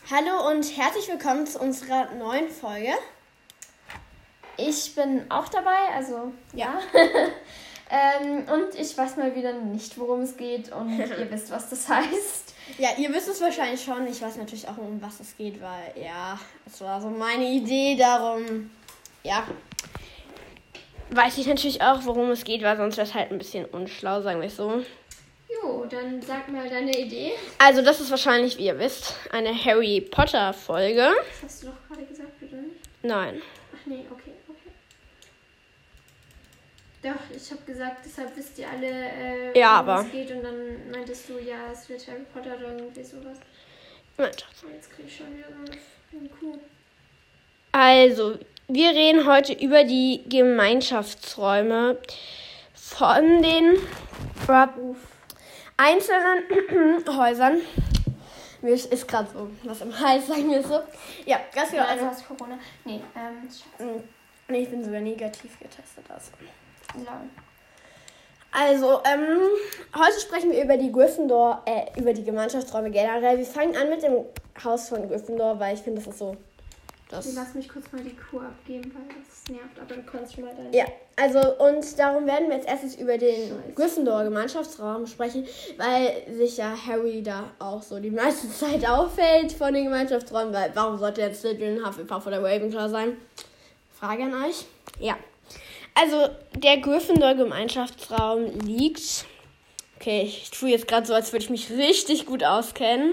Hallo und herzlich willkommen zu unserer neuen Folge. Ich bin auch dabei, also ja. Und ich weiß mal wieder nicht, worum es geht und ihr wisst, was das heißt. Ja, ihr wisst es wahrscheinlich schon. Ich weiß natürlich auch, um was es geht, weil ja, es war so meine Idee, darum, ja, weiß ich natürlich auch, worum es geht, weil sonst wäre es halt ein bisschen unschlau, sagen wir es so. Jo, dann sag mal deine Idee. Also das ist wahrscheinlich, wie ihr wisst, eine Harry Potter Folge. Das hast du doch gerade gesagt, oder nicht? Nein. Ach nee, okay. Doch, ich habe gesagt, deshalb wisst ihr alle, worum es geht. Und dann meintest du, ja, es wird Harry Potter oder irgendwie sowas. Nein. Jetzt krieg ich schon wieder so eine Kuh. Also, wir reden heute über die Gemeinschaftsräume von den einzelnen Häusern. Mir ist gerade so was im Hals, sagen wir so. Ja, ganz genau. Also hast Corona. Nee, Scheiße. Nee, ich bin sogar negativ getestet. Lol. Also, heute sprechen wir über die über die Gemeinschaftsräume generell. Wir fangen an mit dem Haus von Gryffindor, weil ich finde, das ist so. Lass mich kurz mal die Kuh abgeben, weil das nervt, aber du kannst schon mal deine... Ja, also und darum werden wir jetzt erstes über den Gryffindor-Gemeinschaftsraum sprechen, weil sich ja Harry da auch so die meiste Zeit auffällt von den Gemeinschaftsräumen, weil warum sollte jetzt Slytherin, Hufflepuff oder Ravenclaw sein? Frage an euch. Ja, also der Gryffindor-Gemeinschaftsraum liegt... Okay, ich tue jetzt gerade so, als würde ich mich richtig gut auskennen.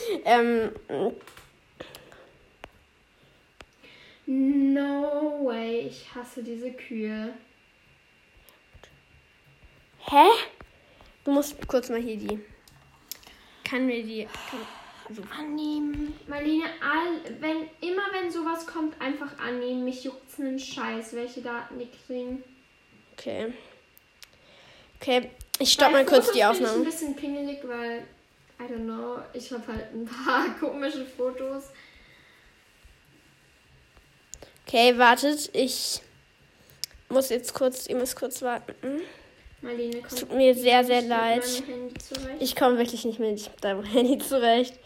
No way, ich hasse diese Kühe. Hä? Du musst kurz mal hier die... So. Annehmen. Marlene, wenn sowas kommt, einfach annehmen. Mich juckt's einen Scheiß, welche Daten die kriegen. Okay, ich stopp mal kurz die Aufnahme. Ich bin ein bisschen pingelig, weil, I don't know, ich habe halt ein paar komische Fotos. Okay, wartet, ihr müsst kurz warten. Marlene, es tut mir sehr, sehr mit leid. meinem Handy zurecht. Ich komme wirklich nicht mit deinem Handy zurecht.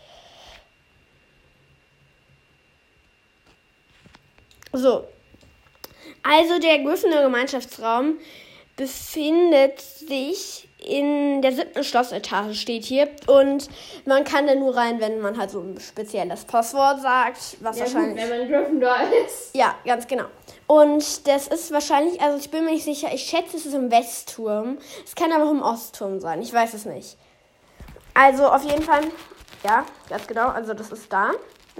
So. Also der Gryffindor-Gemeinschaftsraum befindet sich in der 7. Schlossetage, steht hier. Und man kann da nur rein, wenn man halt so ein spezielles Passwort sagt. Was ja, wahrscheinlich. Gut, wenn man Gryffindor ist. Ja, ganz genau. Und das ist wahrscheinlich, also ich bin mir nicht sicher, ich schätze, es ist im Westturm. Es kann aber auch im Ostturm sein, ich weiß es nicht. Also auf jeden Fall, ja, ganz genau, also das ist da.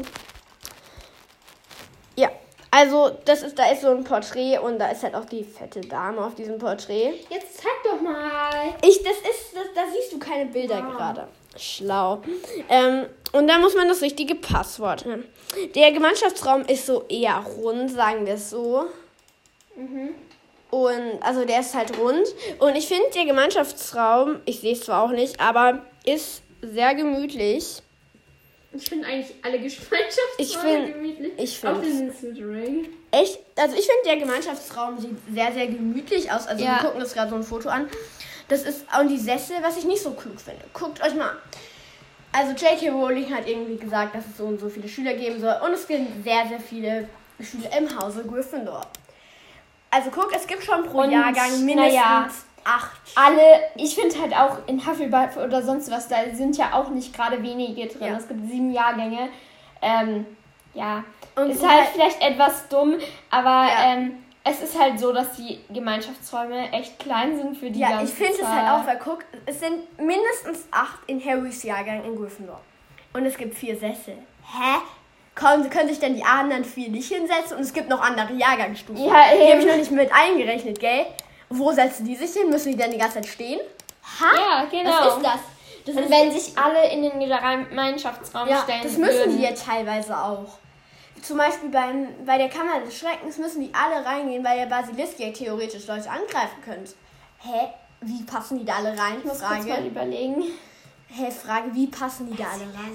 Ja, also da ist so ein Porträt und da ist halt auch die fette Dame auf diesem Porträt. Jetzt zeig doch mal. Da siehst du keine Bilder gerade. Schlau. Und da muss man das richtige Passwort haben. Der Gemeinschaftsraum ist so eher rund, sagen wir es so. Mhm. Und also der ist halt rund. Und ich finde, der Gemeinschaftsraum, ich sehe es zwar auch nicht, aber ist sehr gemütlich. Ich finde eigentlich alle Gemeinschaftsräume gemütlich. Ich finde auch den Slytherin. echt, also ich finde, der Gemeinschaftsraum sieht sehr, sehr gemütlich aus. Also ja. Wir gucken uns gerade so ein Foto an. Das ist auch die Sessel, was ich nicht so klug finde. Guckt euch mal an. Also J.K. Rowling hat irgendwie gesagt, dass es so und so viele Schüler geben soll. Und es gibt sehr, sehr viele Schüler im Hause Gryffindor. Also guck, es gibt schon pro Jahrgang mindestens 8. Ich finde halt auch in Hufflepuff oder sonst was, da sind ja auch nicht gerade wenige drin. Ja. Es gibt 7 Jahrgänge. Ja, und ist halt vielleicht etwas dumm, aber es ist halt so, dass die Gemeinschaftsräume echt klein sind für die ganze Zeit. Ja, ich finde es halt auch, weil guck, es sind mindestens 8 in Harrys Jahrgang in Gryffindor. Und es gibt 4 Sessel. Hä? Können sich dann die anderen 4 nicht hinsetzen? Und es gibt noch andere Jahrgangsstufen. Ja, die habe ich noch nicht mit eingerechnet, gell? Wo setzen die sich hin? Müssen die dann die ganze Zeit stehen? Ha? Ja, genau. Was ist das? Und wenn sich alle in den Gemeinschaftsraum stellen das müssen die ja teilweise auch. Zum Beispiel bei der Kammer des Schreckens müssen die alle reingehen, weil der Basilisk ja theoretisch Leute angreifen könnte. Hä? Wie passen die da alle rein? Ich muss kurz mal überlegen. Frage, wie passen die da alle rein?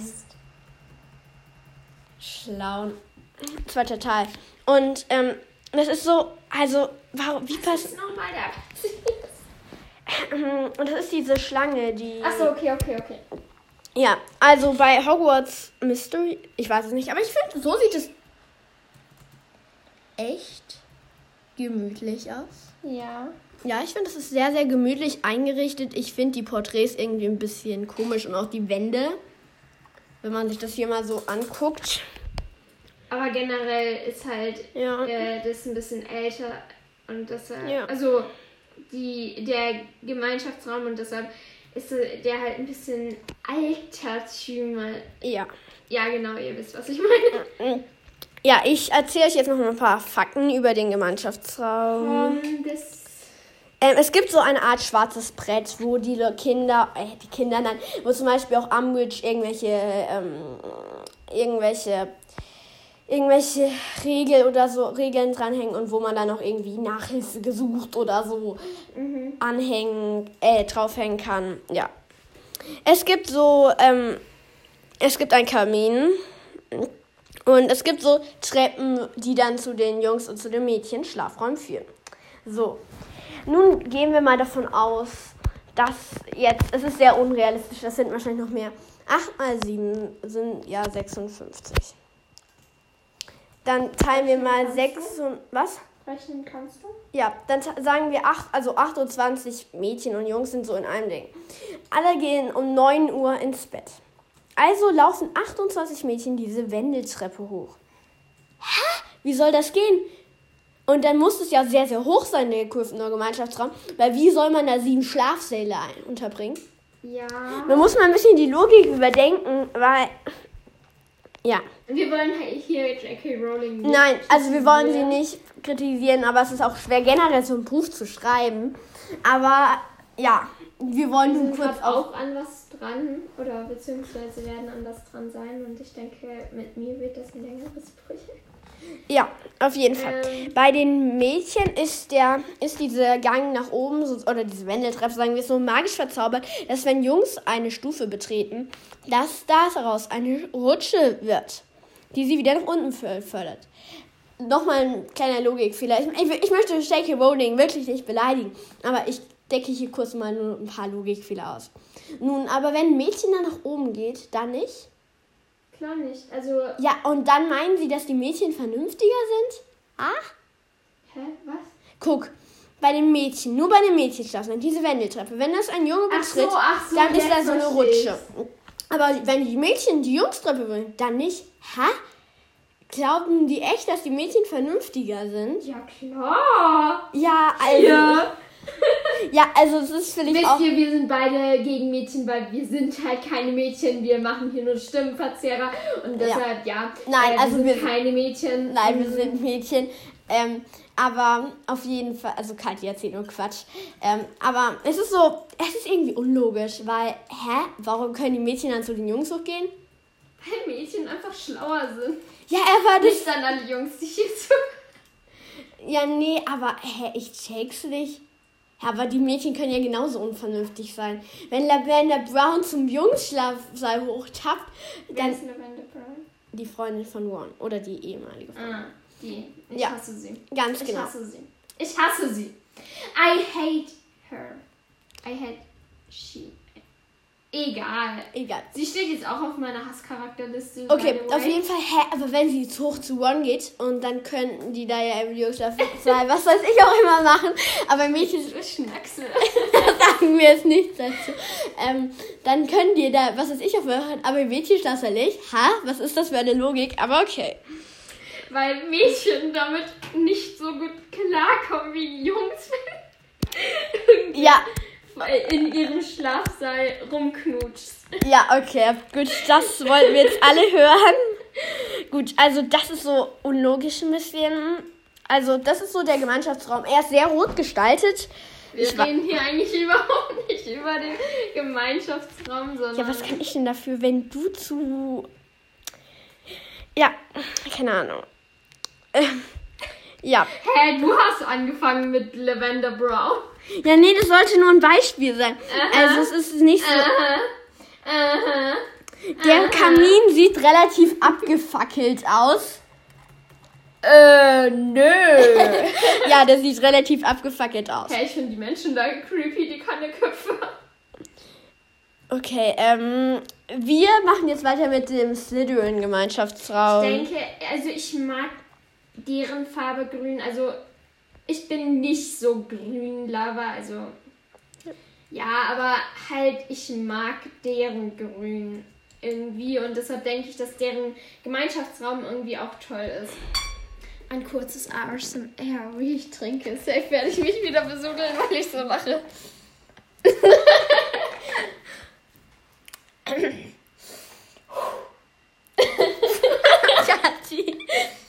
Schlau. 2. Teil. Und das ist so, also, wie passt... Was ist nochmal der Und das ist diese Schlange, die... Achso, okay. Ja, also bei Hogwarts Mystery, ich weiß es nicht, aber ich finde, so sieht es echt gemütlich aus. Ja. Ja, ich finde, es ist sehr, sehr gemütlich eingerichtet. Ich finde die Porträts irgendwie ein bisschen komisch und auch die Wände, wenn man sich das hier mal so anguckt. Aber generell ist halt das ein bisschen älter und deshalb, Ja. also der Gemeinschaftsraum und deshalb ist der halt ein bisschen altertümlich. Ja. Ja, genau, ihr wisst, was ich meine. Ja, ich erzähle euch jetzt noch ein paar Fakten über den Gemeinschaftsraum. Es gibt so eine Art schwarzes Brett, wo die Kinder, wo zum Beispiel auch Umbridge irgendwelche Regeln dranhängen und wo man dann auch irgendwie Nachhilfe gesucht oder so draufhängen kann. Ja. Es gibt einen Kamin und es gibt so Treppen, die dann zu den Jungs und zu den Mädchen Schlafräumen führen. So. Nun gehen wir mal davon aus, dass es ist sehr unrealistisch, das sind wahrscheinlich noch mehr. 8 mal 7 sind ja 56. Dann teilen wir mal 6 und was? Rechnen kannst du? Ja, dann sagen wir 28 Mädchen und Jungs sind so in einem Ding. Alle gehen um 9 Uhr ins Bett. Also laufen 28 Mädchen diese Wendeltreppe hoch. Hä? Wie soll das gehen? Und dann muss es ja sehr, sehr hoch sein, der Gryffindor Gemeinschaftsraum. Weil wie soll man da 7 Schlafsäle unterbringen? Ja. Man muss mal ein bisschen die Logik überdenken, weil... Ja. Wir wollen hier J.K. Rowling nicht. Nein, also wir wollen sie nicht kritisieren, aber es ist auch schwer, generell so ein Buch zu schreiben. Aber ja, wir wollen nun kurz auch an was dran oder beziehungsweise werden an was dran sein und ich denke, mit mir wird das ein längeres Projekt. Ja, auf jeden Fall. Bei den Mädchen ist dieser Gang nach oben oder diese Wendeltreppe, sagen wir es so, magisch verzaubert, dass wenn Jungs eine Stufe betreten, dass daraus eine Rutsche wird, die sie wieder nach unten fördert. Nochmal ein kleiner Logikfehler. Ich möchte J.K. Rowling wirklich nicht beleidigen, aber ich decke hier kurz mal nur ein paar Logikfehler aus. Nun, aber wenn ein Mädchen dann nach oben geht, dann nicht? Klar nicht. Also. Ja, und dann meinen sie, dass die Mädchen vernünftiger sind? Hä? Was? Guck, bei den Mädchen, nur bei den Mädchenschlafen, diese Wendeltreppe. Wenn das ein Junge betritt, dann ist da so eine Rutsche. Aber wenn die Mädchen die Jungstreppe wollen, dann nicht. Hä? Glauben die echt, dass die Mädchen vernünftiger sind? Ja, klar. Ja, also... Ja, also es ist vielleicht Wisst ihr, wir sind beide gegen Mädchen, weil wir sind halt keine Mädchen. Wir machen hier nur Stimmenverzerrer und deshalb, Nein, also wir sind keine Mädchen. Nein, wir sind Mädchen. Aber auf jeden Fall, also Kathi erzählt nur Quatsch. Aber es ist irgendwie unlogisch, weil, warum können die Mädchen dann zu den Jungs hochgehen? Weil Mädchen einfach schlauer sind. Ja, aber das... Nicht dann an die Jungs, die hier so... Ja, nee, aber, ich check's nicht. Ja, aber die Mädchen können ja genauso unvernünftig sein. Wenn Lavender Brown zum Jungsschlafsaal hochtappt, dann... Wer ist Lavender Brown? Die Freundin von Ron. Oder die ehemalige Freundin. Die. Ich hasse sie. Ganz genau. Ich hasse sie. I hate her. I hate she. Egal. Sie steht jetzt auch auf meiner Hasscharakterliste. Okay, auf jeden Fall, aber wenn sie jetzt hoch zu Ron geht und dann könnten die da ja im Jungsschlafsaal, was weiß ich auch immer machen, aber Mädchen Schnacksel. sagen wir jetzt nichts dazu. Dann können die da, was weiß ich auch machen, aber im Mädchenschlafsaal nicht. Was ist das für eine Logik? Aber okay. Weil Mädchen damit nicht so gut klarkommen wie Jungs. Ja. In ihrem Schlafsaal rumknutscht. Ja, okay, gut, das wollten wir jetzt alle hören. Gut, also das ist so unlogisch ein bisschen. Also das ist so der Gemeinschaftsraum. Er ist sehr rot gestaltet. Wir reden hier eigentlich überhaupt nicht über den Gemeinschaftsraum, sondern... Ja, was kann ich denn dafür, wenn du zu... Ja, keine Ahnung. Ja. Du hast angefangen mit Lavender Brown. Ja, nee, das sollte nur ein Beispiel sein. Also es ist nicht so... Der Kamin sieht relativ abgefackelt aus. Nö. Ja, der sieht relativ abgefackelt aus. Ich finde die Menschen da creepy, die keine Köpfe haben. Okay, wir machen jetzt weiter mit dem Slytherin-Gemeinschaftsraum. Ich denke, also ich mag deren Farbe grün. Also ich bin nicht so grün-lava, also ja, aber halt ich mag deren Grün irgendwie und deshalb denke ich, dass deren Gemeinschaftsraum irgendwie auch toll ist. Ein kurzes ASMR, wie ich trinke. Safe werde ich mich wieder besudeln, weil ich so mache. Kathi.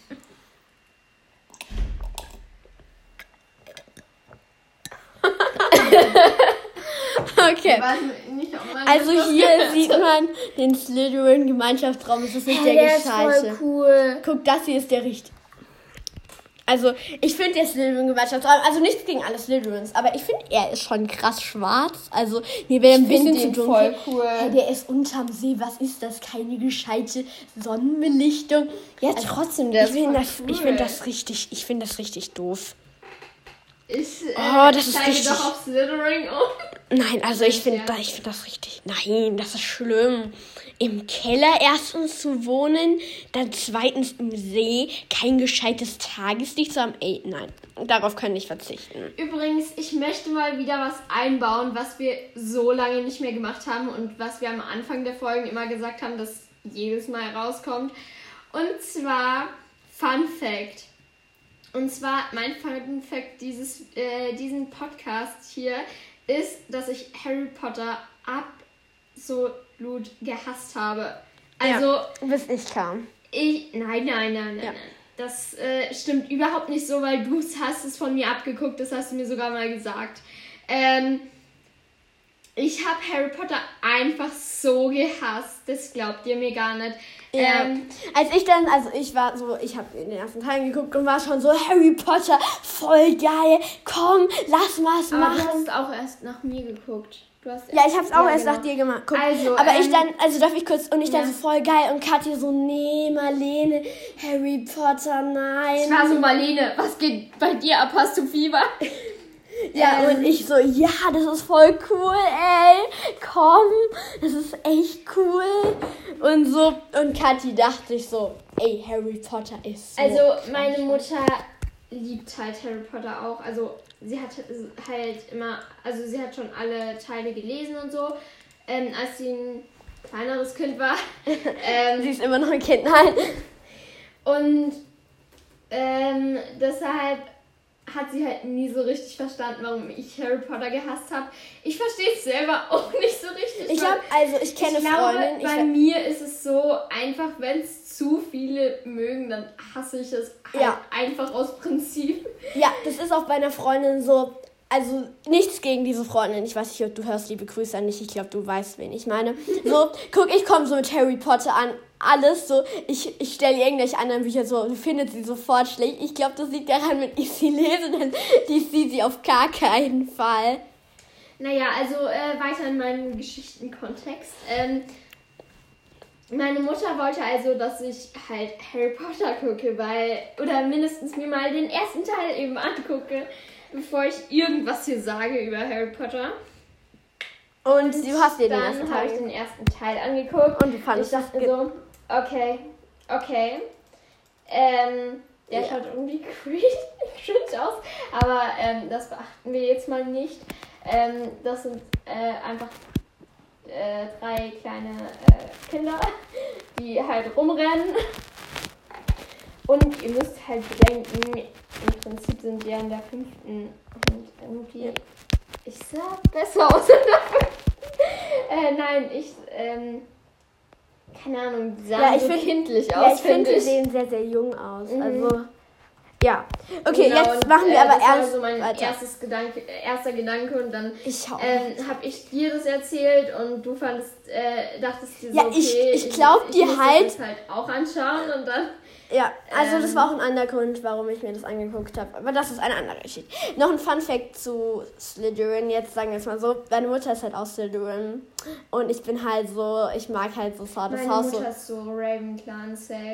Okay. Also hier sieht man den Slytherin-Gemeinschaftsraum. Das ist nicht der gescheite. Voll cool. Guck, das hier ist der richtige. Also, ich finde der Slytherin-Gemeinschaftsraum, also nichts gegen alle Slytherins, aber ich finde, er ist schon krass schwarz. Also, mir wäre ein bisschen zu dunkel. Voll cool. Hey, der ist unterm See, was ist das? Keine gescheite Sonnenbelichtung. Ja, also, trotzdem, der ist voll cool. Ich finde das richtig doof. Das ist richtig. Doch auf Slytherin um. Nein, also ich finde das richtig. Nein, das ist schlimm. Im Keller erstens zu wohnen, dann zweitens im See, kein gescheites Tageslicht zu haben. Ey, nein, darauf kann ich verzichten. Übrigens, ich möchte mal wieder was einbauen, was wir so lange nicht mehr gemacht haben und was wir am Anfang der Folgen immer gesagt haben, dass jedes Mal rauskommt. Und zwar Fun Fact. Und zwar mein Fun Fact diesen Podcast hier ist, dass ich Harry Potter absolut gehasst habe. Also ja, bis ich kam. Nein. Das stimmt überhaupt nicht so, weil du hast es von mir abgeguckt, das hast du mir sogar mal gesagt. Ich habe Harry Potter einfach so gehasst, das glaubt ihr mir gar nicht. Ja. Ich habe in den ersten Teilen geguckt und war schon so, Harry Potter, voll geil, komm, lass mal's machen. Aber du hast auch erst nach mir geguckt. Ich hab's auch erst nach dir gemacht. Guck, also, aber darf ich kurz, und ich dann so voll geil und Kathi so, nee, Marlene, Harry Potter, nein. Ich war so, Marlene, was geht bei dir ab, hast du Fieber? Ja, und ich so, ja, das ist voll cool, ey, komm, das ist echt cool. Und so, und Kathi dachte ich so, ey, Harry Potter ist so. Also, meine Mutter liebt halt Harry Potter auch, also sie hat halt immer, also sie hat schon alle Teile gelesen und so, als sie ein kleineres Kind war. Sie ist immer noch ein Kind, nein. Und deshalb hat sie halt nie so richtig verstanden, warum ich Harry Potter gehasst habe. Ich verstehe es selber auch nicht so richtig. Ich kenne Freundinnen. Bei mir ist es so einfach, wenn es zu viele mögen, dann hasse ich es halt einfach aus Prinzip. Ja, das ist auch bei einer Freundin so. Also nichts gegen diese Freundin. Ich weiß nicht, ob du hörst, liebe Grüße an dich. Ich glaube, du weißt, wen ich meine. So, guck, ich komme so mit Harry Potter an. Alles so, ich stelle irgendwelche anderen Bücher so, du findest sie sofort schlecht. Ich glaube, das liegt daran, wenn ich sie lese, dann liest sie auf gar keinen Fall. Naja, also weiter in meinem Geschichtenkontext. Meine Mutter wollte also, dass ich halt Harry Potter gucke, oder mindestens mir mal den ersten Teil eben angucke, bevor ich irgendwas hier sage über Harry Potter. Und du hast dir den ersten Teil. Dann habe ich den ersten Teil angeguckt. Und du fandest das so, okay. Der schaut irgendwie cringe aus, aber das beachten wir jetzt mal nicht. Das sind einfach 3 kleine Kinder, die halt rumrennen. Und ihr müsst halt bedenken, im Prinzip sind die in der 5. und irgendwie... Ich sah besser aus in der 5. Nein, keine Ahnung, die sahen so kindlich aus, ich finde, die sehen sehr, sehr jung aus. Mhm. Also, ja. Okay, genau, jetzt machen wir aber das erst... war so mein erster Gedanke und dann habe ich dir das erzählt und du dachtest dir so, okay, ich glaub dir halt... Ich muss das halt auch anschauen und dann... Ja, also das war auch ein anderer Grund, warum ich mir das angeguckt habe. Aber das ist eine andere Geschichte. Noch ein Fun-Fact zu Slytherin. Jetzt sagen wir es mal so. Meine Mutter ist halt auch Slytherin. Und ich bin halt so, ich mag halt so Sword of House. Meine Mutter ist so Ravenclaw safe.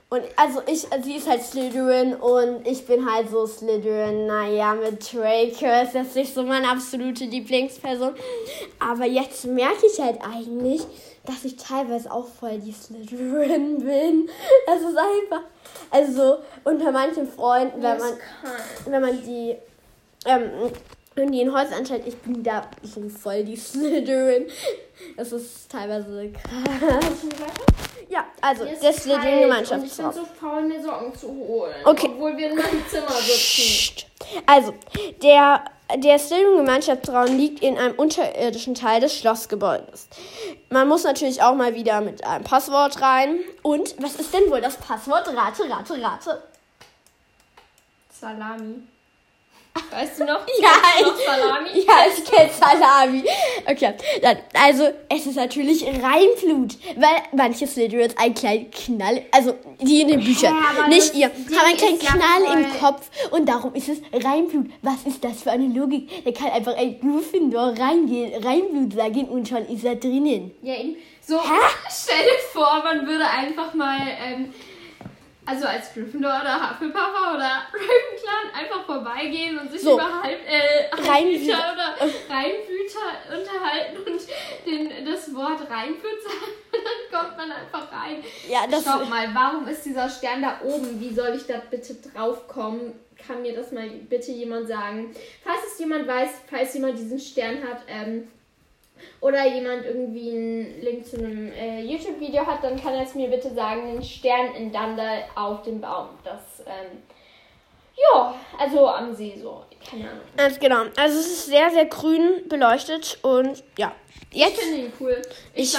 Und also sie ist halt Slytherin und ich bin halt so Slytherin. Naja, mit Draco ist das nicht so meine absolute Lieblingsperson. Aber jetzt merke ich halt eigentlich, dass ich teilweise auch voll die Slytherin bin. Das ist einfach, also unter manchen Freunden, wenn man die irgendwie in Häusern anschaut, ich bin da so voll die Slytherin. Das ist teilweise krass. Ja, also der Slytherin-Gemeinschaftsraum. Ich bin so faul, mir Socken zu holen. Okay. Obwohl wir in meinem Zimmer sitzen. Also, der Slytherin-Gemeinschaftsraum liegt in einem unterirdischen Teil des Schlossgebäudes. Man muss natürlich auch mal wieder mit einem Passwort rein. Und, was ist denn wohl das Passwort? Rate. Salami. Weißt du noch? Ja, Salami? Ja, ich kenne Salami. Okay, dann, also es ist natürlich Reimflut, weil manche Slytherins einen kleinen Knall, also die in den Büchern, nicht ihr, haben einen kleinen Knall im Kopf und darum ist es Reimflut. Was ist das für eine Logik? Da kann einfach ein Gryffindor reingehen, Reimflut sagen und schon ist er drinnen. Ja, eben. So, stell dir vor, man würde einfach mal... also als Gryffindor oder Hufflepuff oder Ravenclan einfach vorbeigehen und sich über Halbblüter oder Reinblüter unterhalten und das Wort Reinblüt sagen. Dann kommt man einfach rein. Ja, Schau mal, warum ist dieser Stern da oben? Wie soll ich da bitte draufkommen? Kann mir das mal bitte jemand sagen? Falls es jemand weiß, falls jemand diesen Stern hat, oder jemand irgendwie einen Link zu einem YouTube-Video hat, dann kann er es mir bitte sagen. Ein Stern in Dunder auf dem Baum. Das, also am See so. Keine Ahnung. Ganz genau. Also es ist sehr, sehr grün beleuchtet und ja. Jetzt, ich finde ihn cool. Ich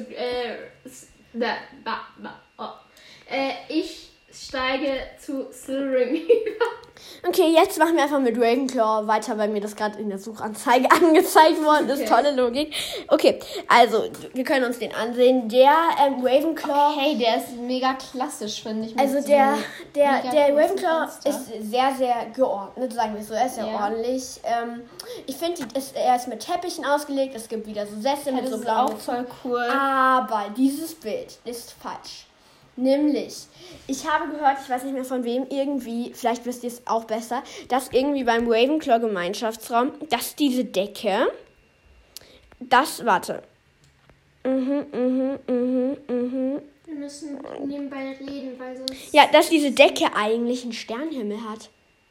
steige zu Slytherin über. Okay, jetzt machen wir einfach mit Ravenclaw weiter, weil mir das gerade in der Suchanzeige angezeigt worden ist. Okay. Tolle Logik. Okay, also wir können uns den ansehen. Der Ravenclaw... Okay, der ist mega klassisch, finde ich. Also der Ravenclaw ist sehr, sehr geordnet, sagen wir so. Er ist sehr ordentlich. Ich finde, er ist mit Teppichen ausgelegt. Es gibt wieder so Sessel mit so blauen... Das ist auch voll cool. Aber dieses Bild ist falsch. Nämlich, ich habe gehört, ich weiß nicht mehr von wem, irgendwie, vielleicht wisst ihr es auch besser, dass irgendwie beim Ravenclaw-Gemeinschaftsraum, dass diese Decke, warte. Wir müssen nebenbei reden, weil sonst... Ja, dass diese Decke eigentlich einen Sternenhimmel hat.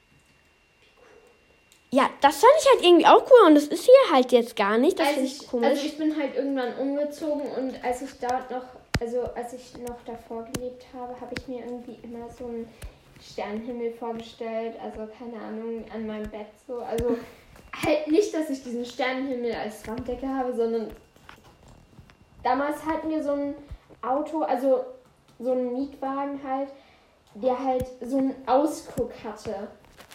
Ja, das fand ich halt irgendwie auch cool und das ist hier halt jetzt gar nicht, das finde ich komisch. Also ich bin halt irgendwann umgezogen und als ich noch davor gelebt habe, habe ich mir irgendwie immer so einen Sternenhimmel vorgestellt. Also keine Ahnung, an meinem Bett so. Also halt nicht, dass ich diesen Sternenhimmel als Wanddecke habe, sondern damals hatten wir so ein Auto, also so einen Mietwagen halt, der halt so einen Ausguck hatte.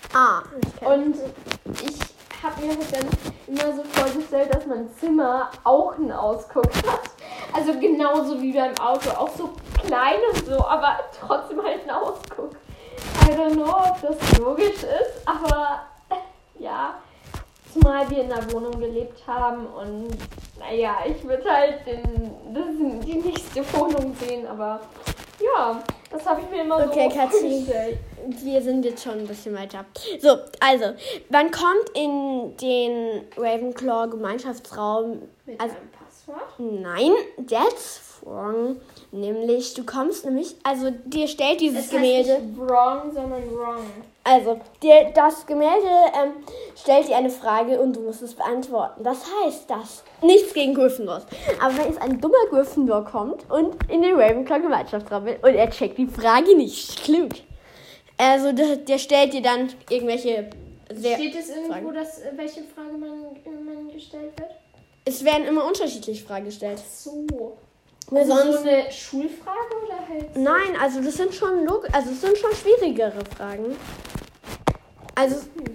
Und ich habe mir halt dann immer so vorgestellt, dass mein Zimmer auch einen Ausguck hat. Also genauso wie beim Auto, auch so klein und so, aber trotzdem halt ein Ausguck. I don't know, ob das logisch ist, aber ja, zumal wir in einer Wohnung gelebt haben und naja, ich würde halt die nächste Wohnung sehen, aber ja, das habe ich mir immer so vorgestellt. Wir sind jetzt schon ein bisschen weiter. So, also, man kommt in den Ravenclaw-Gemeinschaftsraum. Mit einem Passwort? Nein, that's wrong. Nämlich, du kommst nämlich, also dir stellt dieses Gemälde... Nicht wrong, sondern wrong. Also, das Gemälde stellt dir eine Frage und du musst es beantworten. Das heißt, dass nichts gegen Gryffindors. Aber wenn jetzt ein dummer Gryffindor kommt und in den Ravenclaw-Gemeinschaftsraum will und er checkt die Frage nicht, klug. Also, der stellt dir dann irgendwelche Steht es irgendwo, welche Frage man gestellt wird? Es werden immer unterschiedliche Fragen gestellt. So. Also so eine Schulfrage oder halt? Nein, also das sind schon schwierigere Fragen. Also,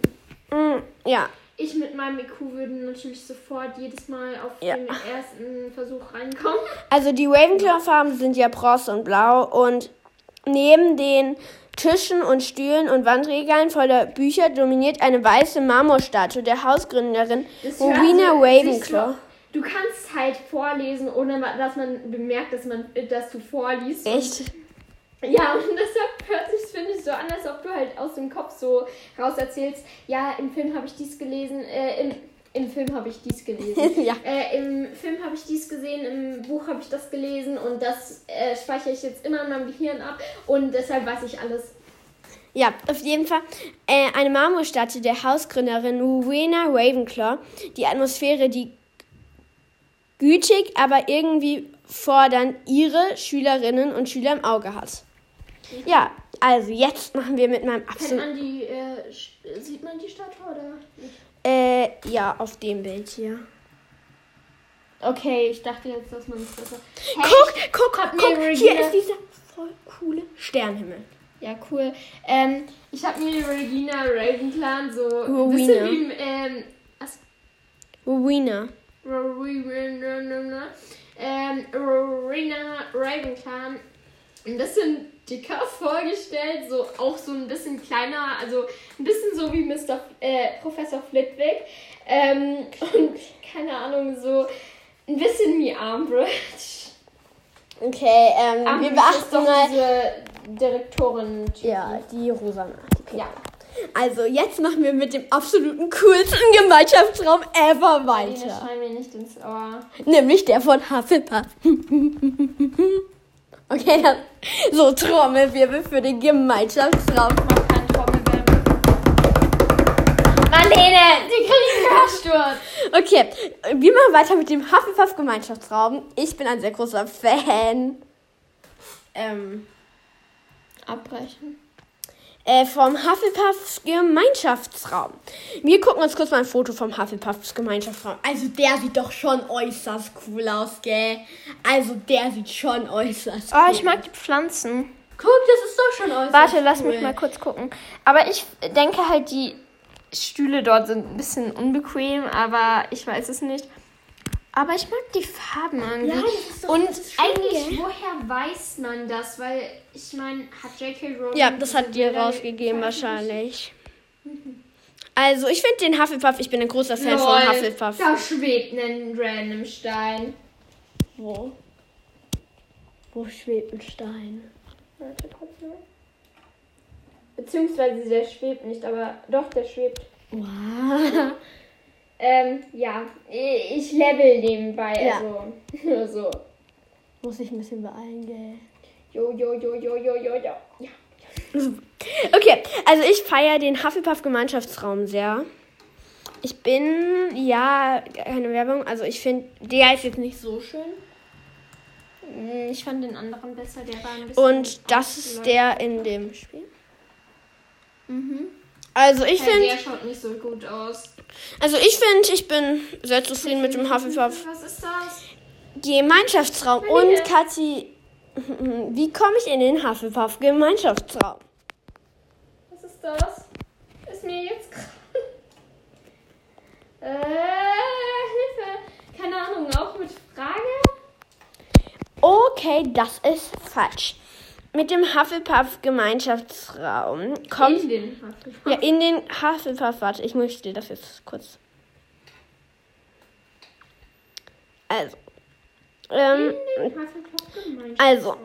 ja. Ich mit meinem IQ würde natürlich sofort jedes Mal auf den ersten Versuch reinkommen. Also die Ravenclaw-Farben sind ja Bronze und Blau und neben den Tischen und Stühlen und Wandregalen voller Bücher dominiert eine weiße Marmorstatue der Hausgründerin Rowena Ravenclaw. Du kannst halt vorlesen, ohne dass man bemerkt, dass du vorliest. Echt? Ja, und das so an, als ob du halt aus dem Kopf so raus erzählst, ja, im Film habe ich dies gelesen, im Film habe ich dies gelesen. Ja. Im Film habe ich dies gesehen, im Buch habe ich das gelesen und das speichere ich jetzt immer in meinem Gehirn ab und deshalb weiß ich alles. Ja, auf jeden Fall. Eine Marmorstatue der Hausgründerin Rowena Ravenclaw. Die Atmosphäre, die gütig, aber irgendwie fordernd ihre Schülerinnen und Schüler im Auge hat. Ja, also jetzt machen wir mit meinem absoluten... Sieht man die Statue oder nicht? Ja, auf dem Bild hier. Okay, ich dachte jetzt, dass man es besser... Hey, guck, hier ist dieser voll coole Sternenhimmel. Ja, cool. Ich habe mir Regina Ravenclaw so ein bisschen wie... Rowena Ravenclaw ein bisschen dicker vorgestellt, so auch so ein bisschen kleiner, also ein bisschen so wie Professor Flitwick. Und keine Ahnung, so ein bisschen wie Umbridge. Okay, wir beachten mal diese Direktorin. Ja, die Rosanna. Ja. Also, jetzt machen wir mit dem absoluten coolsten Gemeinschaftsraum ever weiter. Das schreien mir nicht ins Ohr. Nämlich der von Hufflepuff. Okay, dann so Trommelwirbel für den Gemeinschaftsraum. Ich mach keinen Trommelwirbel. Marlene, die kriegen einen Hörsturz. Okay, wir machen weiter mit dem Hufflepuff Gemeinschaftsraum. Ich bin ein sehr großer Fan. Abbrechen. Vom Hufflepuffs Gemeinschaftsraum. Wir gucken uns kurz mal ein Foto vom Hufflepuffs Gemeinschaftsraum. Also der sieht doch schon äußerst cool aus, gell? Also der sieht schon äußerst cool. Oh, ich mag die Pflanzen. Guck, das ist doch schon äußerst Warte, lass cool. mich mal kurz gucken. Aber ich denke halt, die Stühle dort sind ein bisschen unbequem, aber ich weiß es nicht. Aber ich mag die Farben irgendwie. Ja, das ist doch, und das ist schön, eigentlich, gell? woher weiß man das? Weil, ich meine, hat J.K. Rowling... Ja, das hat dir rausgegeben wahrscheinlich. Also, ich finde den Hufflepuff, ich bin ein großer Fan von Hufflepuff. Da schwebt ein random Stein. Wo? Wo schwebt ein Stein? Warte kurz mal. Beziehungsweise der schwebt nicht, aber doch, der schwebt. Wow. Ja, ich level nebenbei, Ja. also nur so. Muss ich ein bisschen beeilen, gell? Jo. Ja. Okay, also ich feiere den Hufflepuff-Gemeinschaftsraum sehr. Ich bin, ja, keine Werbung, also ich finde, der ist jetzt nicht so schön. Ich fand den anderen besser, der war ein bisschen... Und das ist der in dem Spiel. Also ich finde... Der schaut nicht so gut aus. Also ich bin sehr zufrieden mit dem Hufflepuff Was ist das? Gemeinschaftsraum. Und Kathi, wie komme ich in den Hufflepuff Gemeinschaftsraum? Was ist das? Ist mir jetzt gerade... Hilfe. Keine Ahnung, auch mit Frage? Okay, das ist falsch. Mit dem Hufflepuff Gemeinschaftsraum kommt... In den Hufflepuff. Ja, in den Hufflepuff. Warte, ich möchte das jetzt kurz... Also... In den Hufflepuff Gemeinschaftsraum. Also...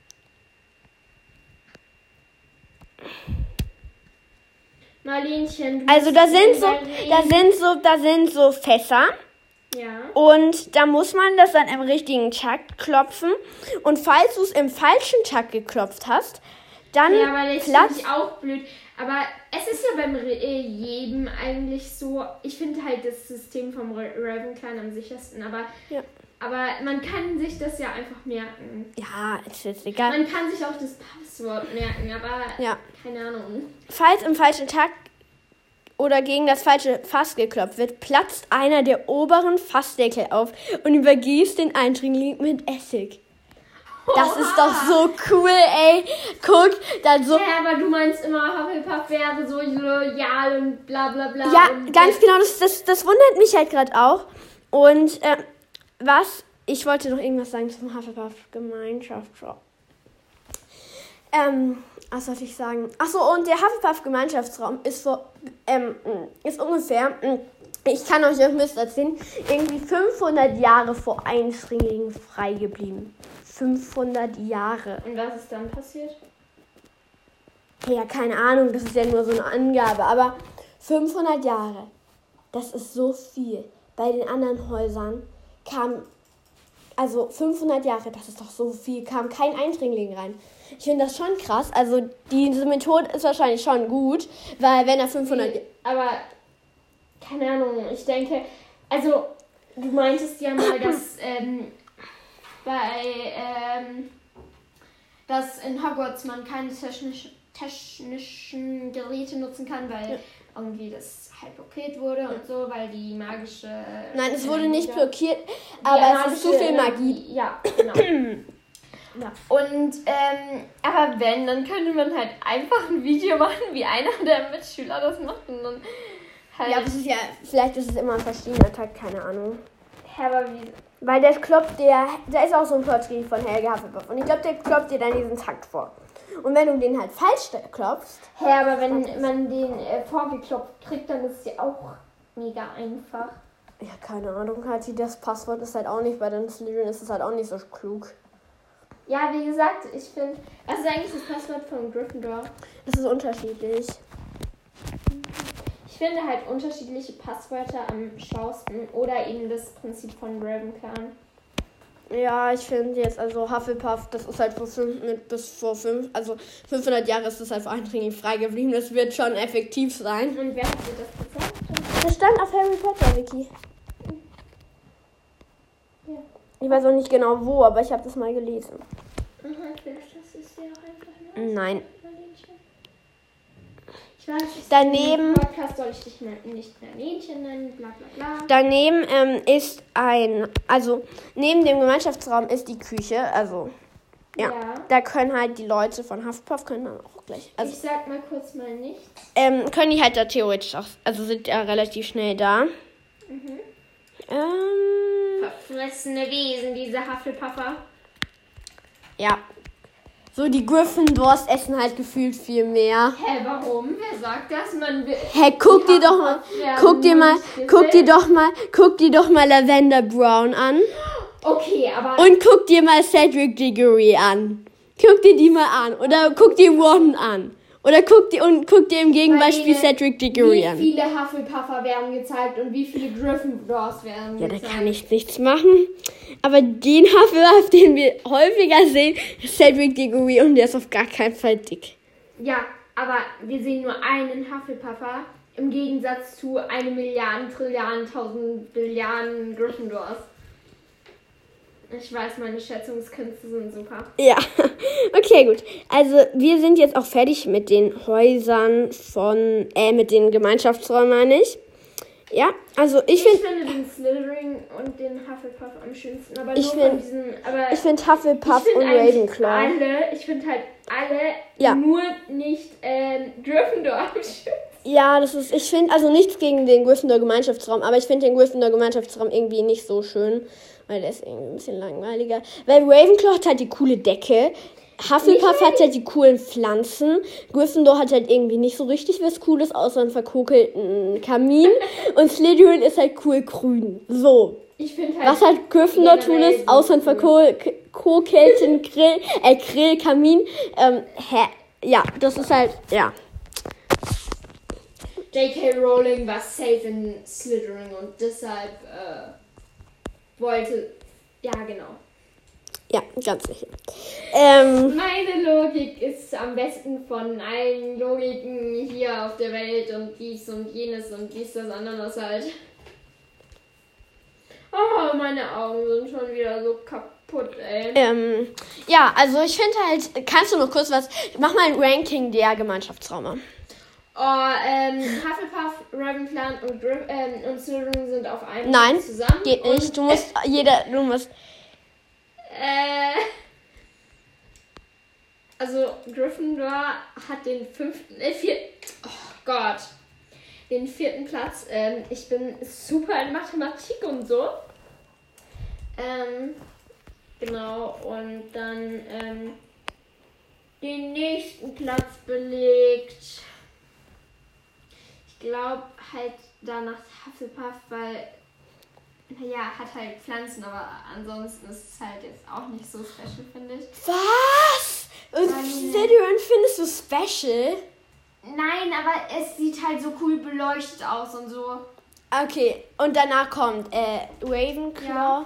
Marlenchen, Also da sind so Fässer. Ja. Und da muss man das dann im richtigen Takt klopfen. Und falls du es im falschen Takt geklopft hast, dann Ja, aber das platzt... finde ich auch blöd. Aber es ist ja beim jedem eigentlich so. Ich finde halt das System vom Ravenclaw am sichersten. Aber man kann sich das ja einfach merken. Ja, ist jetzt egal. Man kann sich auch das Passwort merken, aber keine Ahnung. Falls im falschen Takt oder gegen das falsche Fass geklopft wird, platzt einer der oberen Fassdeckel auf und übergießt den Eindringling mit Essig. Das ist doch so cool, ey. Guck, dann so... Ja, aber du meinst immer, Hufflepuff wäre so loyal und bla bla bla. Ja, und ganz genau, das wundert mich halt gerade auch. Und ich wollte noch irgendwas sagen zum Hufflepuff-Gemeinschaftsraum. Was sollte ich sagen? Achso, und der Hufflepuff-Gemeinschaftsraum ist ungefähr, ich kann euch ein bisschen erzählen, irgendwie 500 Jahre vor Eindringlingen frei geblieben. 500 Jahre. was ist dann passiert? Ja, keine Ahnung, das ist ja nur so eine Angabe. Aber 500 Jahre, das ist so viel. Bei den anderen Häusern also 500 Jahre, das ist doch so viel, kam kein Eindringling rein. Ich finde das schon krass. Also diese Methode ist wahrscheinlich schon gut, weil wenn er 500... Aber, keine Ahnung, ich denke, also du meintest ja mal, dass dass in Hogwarts man keine technischen Geräte nutzen kann, weil irgendwie das halt blockiert wurde und so, weil die magische... Nein, es wurde nicht blockiert, aber es ist zu viel Magie. Ja, genau. Ja. Und, aber wenn, dann könnte man halt einfach ein Video machen, wie einer der Mitschüler das macht und dann halt... Ja, aber vielleicht ist es immer ein verschiedener Takt, keine Ahnung. Ja, aber wie... Weil der kloppt da ist auch so ein Plottrick von Helga Hufflepuff und ich glaube, der kloppt dir dann diesen Takt vor. Und wenn du den halt falsch klopfst... Ja, aber wenn man den vorgeklopft kriegt, dann ist es ja auch mega einfach. Ja, keine Ahnung, Kathi, das Passwort ist halt auch nicht, bei den Slytherin ist es halt auch nicht so klug. Ja, wie gesagt, ich finde... Was ist eigentlich das Passwort von Gryffindor? Das ist unterschiedlich. Ich finde halt unterschiedliche Passwörter am schlausten oder eben das Prinzip von Ravenclan. Ja, ich finde jetzt, also Hufflepuff, das ist halt also 500 Jahre ist das halt für Eindringling frei geblieben. Das wird schon effektiv sein. Und wer hat dir das gesagt? Das stand auf Harry Potter Wiki. Ja. Ich weiß auch nicht genau wo, aber ich habe das mal gelesen. Vielleicht das ist ja auch einfach nur... Nein. Ich weiß, daneben... Podcast soll ich dich nicht mehr Mädchen nennen, bla bla bla. Daneben ist also neben dem Gemeinschaftsraum ist die Küche, also ja. Da können halt die Leute von Hufflepuff können dann auch gleich... Also, ich sag mal kurz mal nichts. Können die halt da theoretisch auch, also sind ja relativ schnell da. Verfressene Wesen, diese Hufflepuffer. Ja. So, die Gryffindors essen halt gefühlt viel mehr. Hä, warum? Wer sagt das? Guck dir doch mal Lavender Brown an. Okay, aber... Und guck dir mal Cedric Diggory an. Guck dir die mal an. Oder guck dir Ron an. Oder guck dir im Gegenbeispiel Cedric Diggory an. Wie viele Hufflepuffer werden gezeigt und wie viele Gryffindors werden gezeigt? Ja, da kann ich nichts machen. Aber den Hufflepuff, den wir häufiger sehen, ist Cedric Diggory und der ist auf gar keinen Fall dick. Ja, aber wir sehen nur einen Hufflepuffer im Gegensatz zu 1 Milliarden, Trilliarden, 1000 Billiarden Gryffindors. Ich weiß, meine Schätzungskünste sind super. Ja, okay, gut. Also, wir sind jetzt auch fertig mit den Häusern mit den Gemeinschaftsräumen, meine ich. Ja, also ich finde den Slytherin und den Hufflepuff am schönsten. Aber ich finde Hufflepuff und Ravenclaw. Ich finde halt alle, nur nicht Gryffindor am schönsten. Ja, ich finde, also nichts gegen den Gryffindor-Gemeinschaftsraum, aber ich finde den Gryffindor-Gemeinschaftsraum irgendwie nicht so schön, weil der ist irgendwie ein bisschen langweiliger. Weil Ravenclaw hat halt die coole Decke, Hufflepuff hat halt die coolen Pflanzen, Gryffindor hat halt irgendwie nicht so richtig was Cooles, außer einen verkokelten Kamin und Slytherin ist halt cool grün. So. Ich finde halt... Was halt Gryffindor tun ist, außer einen verkokelten Grillkamin. Ja, das ist halt, ja. J.K. Rowling war safe in Slytherin und deshalb wollte... Ja, genau. Ja, ganz sicher. Meine Logik ist am besten von allen Logiken hier auf der Welt und dies und jenes und dies, das, anderes halt. Oh, meine Augen sind schon wieder so kaputt, ey. Ja, also ich finde halt, kannst du noch kurz mach mal ein Ranking der Gemeinschaftsräume. Hufflepuff, Ravenclaw und Slytherin sind auf einem Nein, zusammen. Geht nicht. Du musst Also Gryffindor hat den den 4. Platz. Ich bin super in Mathematik und so. Genau, und dann den nächsten Platz belegt. Ich glaube halt danach Hufflepuff, weil hat halt Pflanzen, aber ansonsten ist es halt jetzt auch nicht so special, finde ich. Was? Und Slytherin findest du special? Nein, aber es sieht halt so cool beleuchtet aus und so. Okay, und danach kommt Ravenclaw. Ja.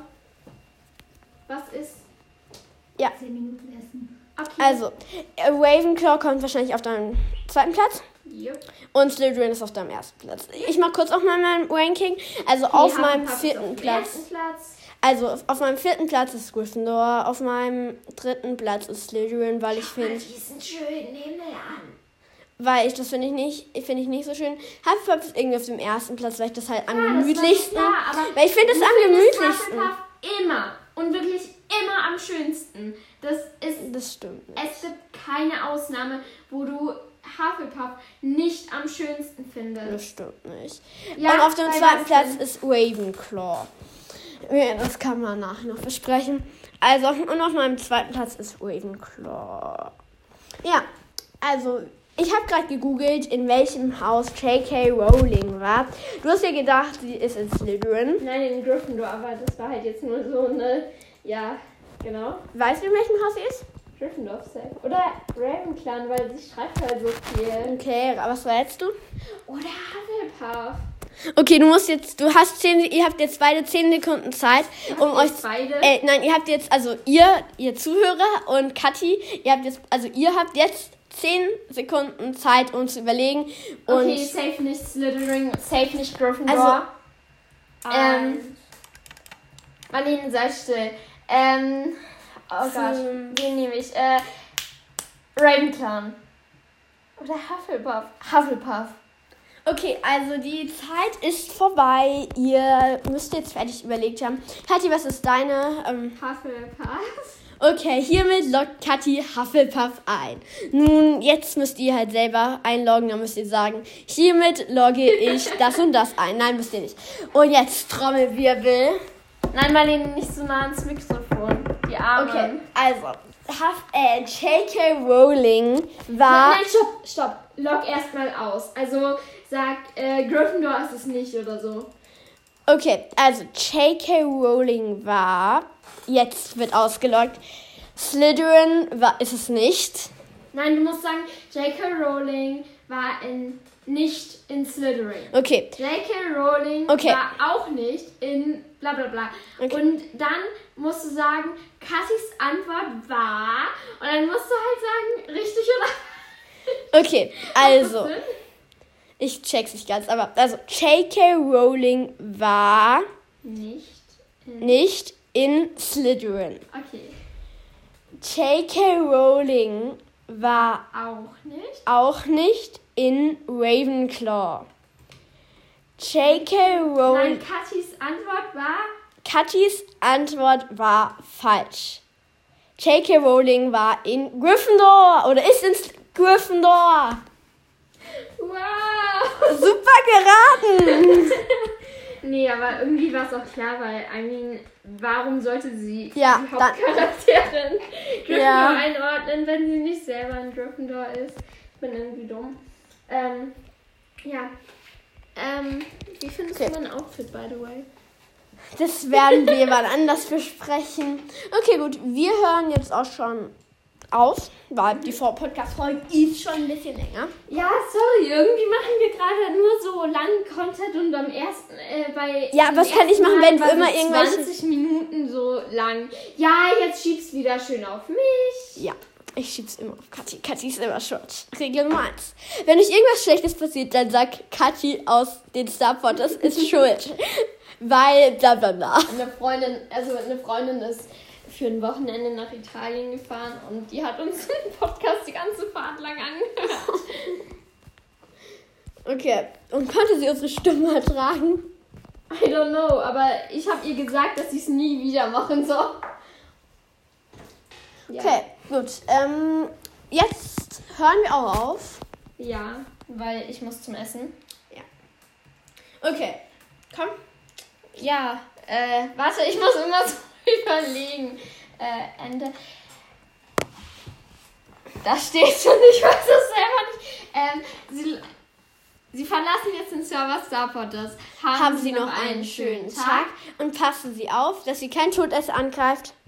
Was ist? Ja. 10 Minuten essen. Okay. Also, Ravenclaw kommt wahrscheinlich auf deinem zweiten Platz. Yep. Und Slytherin ist auf deinem ersten Platz. Ich mach kurz auch mal mein Ranking. Also okay, auf meinem vierten Platz. Also auf meinem vierten Platz ist Gryffindor. Auf meinem dritten Platz ist Slytherin, weil ich finde... Die sind schön, nehmen wir an. Weil das finde ich nicht so schön. Hufflepuff ist irgendwie auf dem ersten Platz, weil ich das halt am gemütlichsten... weil ich finde es am gemütlichsten. Immer. Und wirklich immer am schönsten. Das stimmt nicht. Es gibt keine Ausnahme, wo du Hufflepuff nicht am schönsten findest. Das stimmt nicht. Ja, und auf dem zweiten Platz ist Ravenclaw. Ja, das kann man nachher noch besprechen. Also, und auf meinem zweiten Platz ist Ravenclaw. Ja, also, ich habe gerade gegoogelt, in welchem Haus J.K. Rowling war. Du hast ja gedacht, sie ist in Slytherin. Nein, in Gryffindor, aber das war halt jetzt nur so eine... Ja, genau. Weißt du, in welchem Haus sie ist? Gryffindor safe. Oder Ravenclaw, weil sie schreibt halt so viel. Okay, was wählst du? Oder Hufflepuff. Okay, ihr habt jetzt beide 10 Sekunden Zeit, um euch... Beide? Nein, ihr habt jetzt, also ihr Zuhörer und Kathi, ihr habt jetzt 10 Sekunden Zeit, um zu überlegen. Und okay, safe nicht Slytherin, safe nicht Gryffindor. Also, Marlene, sei still. Oh Gott, wen nehme ich? Ravenclaw. Oder Hufflepuff. Okay, also die Zeit ist vorbei. Ihr müsst jetzt fertig überlegt haben. Kathi, was ist deine? Hufflepuff. Okay, hiermit loggt Kathi Hufflepuff ein. Nun, jetzt müsst ihr halt selber einloggen. Dann müsst ihr sagen, hiermit logge ich das und das ein. Nein, müsst ihr nicht. Und jetzt Trommelwirbel. Nein, Marlene, nicht so nah ans Mikrofon. Die Arme. Okay, also J.K. Rowling war... Nein, stopp. Log erstmal aus. Also sag, Gryffindor ist es nicht oder so. Okay, also J.K. Rowling war... Jetzt wird ausgeloggt. Slytherin ist es nicht. Nein, du musst sagen, J.K. Rowling war nicht in Slytherin. Okay. J.K. Rowling war auch nicht in bla bla bla. Okay. Und dann musst du sagen, Kathis Antwort war... Und dann musst du halt sagen, richtig oder... Okay, also... Ich check's nicht ganz, aber... Also, J.K. Rowling war... Nicht in Slytherin. Okay. J.K. Rowling war... Auch nicht in Ravenclaw. J.K. Rowling... Nein, Kathis Antwort war falsch. J.K. Rowling war in Gryffindor oder ist in Gryffindor. Wow. Super geraten. Nee, aber irgendwie war es auch klar, weil, warum sollte sie die Hauptcharakterin Gryffindor einordnen, wenn sie nicht selber ein Gryffindor ist? Ich bin irgendwie dumm. Wie findest du mein Outfit, by the way? Das werden wir wann anders besprechen. Okay, gut. Wir hören jetzt auch schon auf, weil die Podcast-Folge ist schon ein bisschen länger. Ja, sorry. Irgendwie machen wir gerade nur so langen Content und am ersten was kann ich machen, wenn du immer irgendwelche... 20 Minuten so lang. Ja, jetzt schieb's wieder schön auf mich. Ja. Ich schieb's immer auf Kathi. Kathi ist immer schuld. Regel Nummer 1. Wenn euch irgendwas Schlechtes passiert, dann sagt Kathi aus den Star Potters ist schuld. Weil bla bla bla. Eine Freundin ist für ein Wochenende nach Italien gefahren und die hat uns den Podcast die ganze Fahrt lang angehört. Okay. Und konnte sie unsere Stimme ertragen? I don't know, aber ich habe ihr gesagt, dass sie es nie wieder machen soll. Ja. Okay, gut. Jetzt hören wir auch auf. Ja, weil ich muss zum Essen. Ja. Okay, komm. Ja, warte, ich muss immer so überlegen. Ende. Da steht schon, ich weiß es selber nicht. Sie verlassen jetzt den Server Star Potters. Haben Sie noch einen schönen Tag und passen Sie auf, dass Sie kein Todesser angreift.